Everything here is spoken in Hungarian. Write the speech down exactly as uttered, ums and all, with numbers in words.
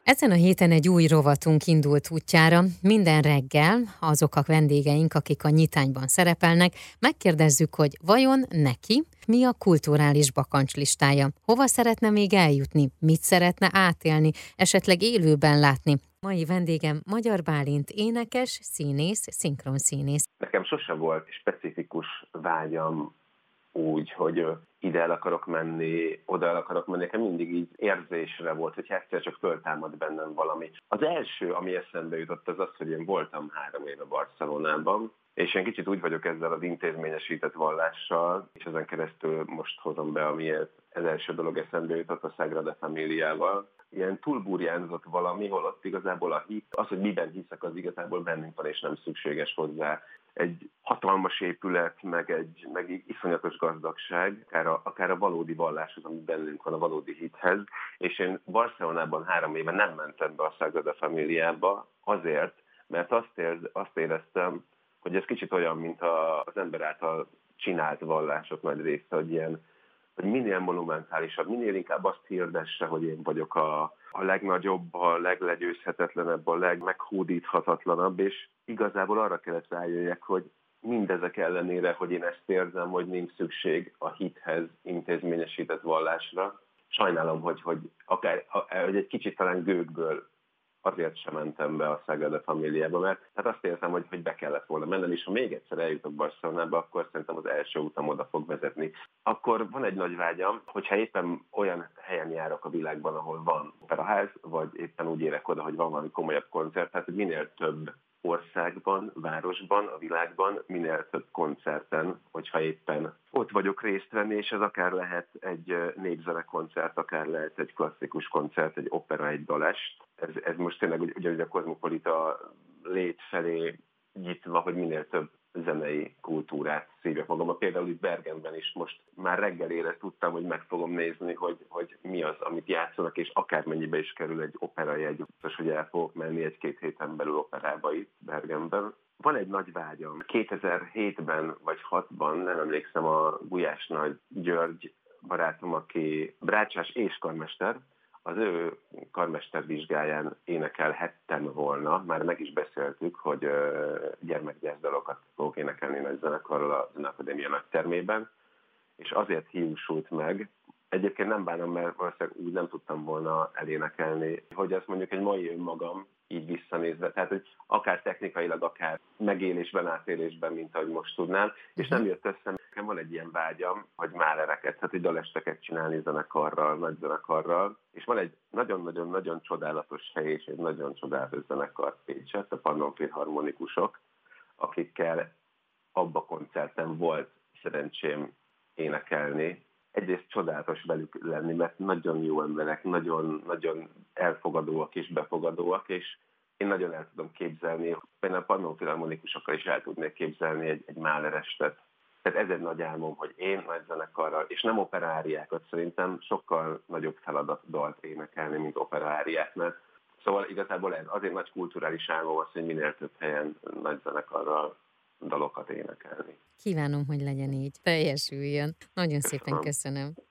Ezen a héten egy új rovatunk indult útjára. Minden reggel azok a vendégeink, akik a nyitányban szerepelnek, megkérdezzük, hogy vajon neki mi a kulturális bakancslistája, hova szeretne még eljutni, mit szeretne átélni, esetleg élőben látni. Mai vendégem Magyar Bálint, énekes, színész, szinkronszínész. Nekem sose volt specifikus vágyam úgy, hogy ide el akarok menni, oda el akarok menni. Nekem mindig így érzésre volt, hogy egyszer csak föltámad bennem valami. Az első, ami eszembe jutott, az az, hogy én voltam három éve Barcelonában, és én kicsit úgy vagyok ezzel az intézményesített vallással, és ezen keresztül most hozom be, amiért az első dolog eszembe jutott a Sagrada Familiával. Ilyen túlburjánzott valami, holott igazából a hit, az, hogy miben hiszek, az igazából bennünk van, és nem szükséges hozzá egy hatalmas épület, meg egy meg iszonyatos gazdagság, akár a, akár a valódi valláshoz, ami bennünk van, a valódi hithez. És én Barcelonában három éve nem mentem be a Sagrada Familiába azért, mert azt, érz, azt éreztem, hogy ez kicsit olyan, mint a, az ember által csinált vallások nagy része, hogy ilyen, hogy minél monumentálisabb, minél inkább azt hirdesse, hogy én vagyok a, a legnagyobb, a leglegyőzhetetlenebb, a legmeghódíthatatlanabb, és igazából arra kellett rájöjjek, hogy mindezek ellenére, hogy én ezt érzem, hogy nincs szükség a hithez intézményesített vallásra. Sajnálom, hogy, hogy, akár, hogy egy kicsit talán gőgből azért sem mentem be a Sagrada Familiába, mert hát azt érzem, hogy, hogy be kellett volna mennem, és ha még egyszer eljutok Barcelonába, akkor szerintem az első utam oda fog vezetni. Akkor van egy nagy vágyam, hogyha éppen olyan helyen járok a világban, ahol van operaház, vagy éppen úgy érek oda, hogy van valami komolyabb koncert, tehát hogy minél több országban, városban, a világban, minél több koncerten, hogyha éppen ott vagyok részt venni, és ez akár lehet egy népzenekoncert, akár lehet egy klasszikus koncert, egy opera, egy dalest. Ez, ez most tényleg ugyanúgy a kozmopolita lét felé nyitva, hogy minél több zenei kultúrát szívjak magam. Például itt Bergenben is most már reggelére tudtam, hogy meg fogom nézni, hogy, hogy mi az, amit játszanak, és akármennyibe is kerül egy operajegy, biztos, hogy el fogok menni egy-két héten belül operába itt Bergenben. Van egy nagy vágyam. kétezer-hétben vagy hatban, nem emlékszem, a Gulyás Nagy György barátom, aki brácsás és karmester, az ő karmester vizsgáján énekelhettem volna, már meg is beszéltük, hogy uh, gyermekgyászdalokat fogok énekelni nagy zenekarral a Zeneakadémia nagytermében, és azért hiúsult meg. Egyébként nem bánom, mert valószínűleg úgy nem tudtam volna elénekelni, hogy azt mondjuk egy mai önmagam így visszanézve, tehát hogy akár technikailag, akár megélésben, átélésben, mint ahogy most tudnám, és nem jött össze, nekem van egy ilyen vágyam, hogy málereket, tehát hogy dalesteket csinálni zenekarral, nagy zenekarral, és van egy nagyon-nagyon-nagyon csodálatos hely és egy nagyon csodálatos zenekar Pécsett, a Pannon Filharmonikusok, akikkel abba koncerten volt szerencsém énekelni. Egyrészt csodálatos velük lenni, mert nagyon jó emberek, nagyon, nagyon elfogadóak és befogadóak, és én nagyon el tudom képzelni, például a Pannon Filharmonikusokkal is el tudnék képzelni egy, egy málerestet. Tehát ez egy nagy álmom, hogy én nagy zenekarral, és nem operaáriákat, szerintem sokkal nagyobb feladat dalt énekelni, mint operaáriáknál. Szóval igazából ez azért nagy kulturális álmom az, hogy minél több helyen nagy zenekarral dalokat énekelni. Kívánom, hogy legyen így, teljesüljön. Nagyon Köszönöm. szépen köszönöm.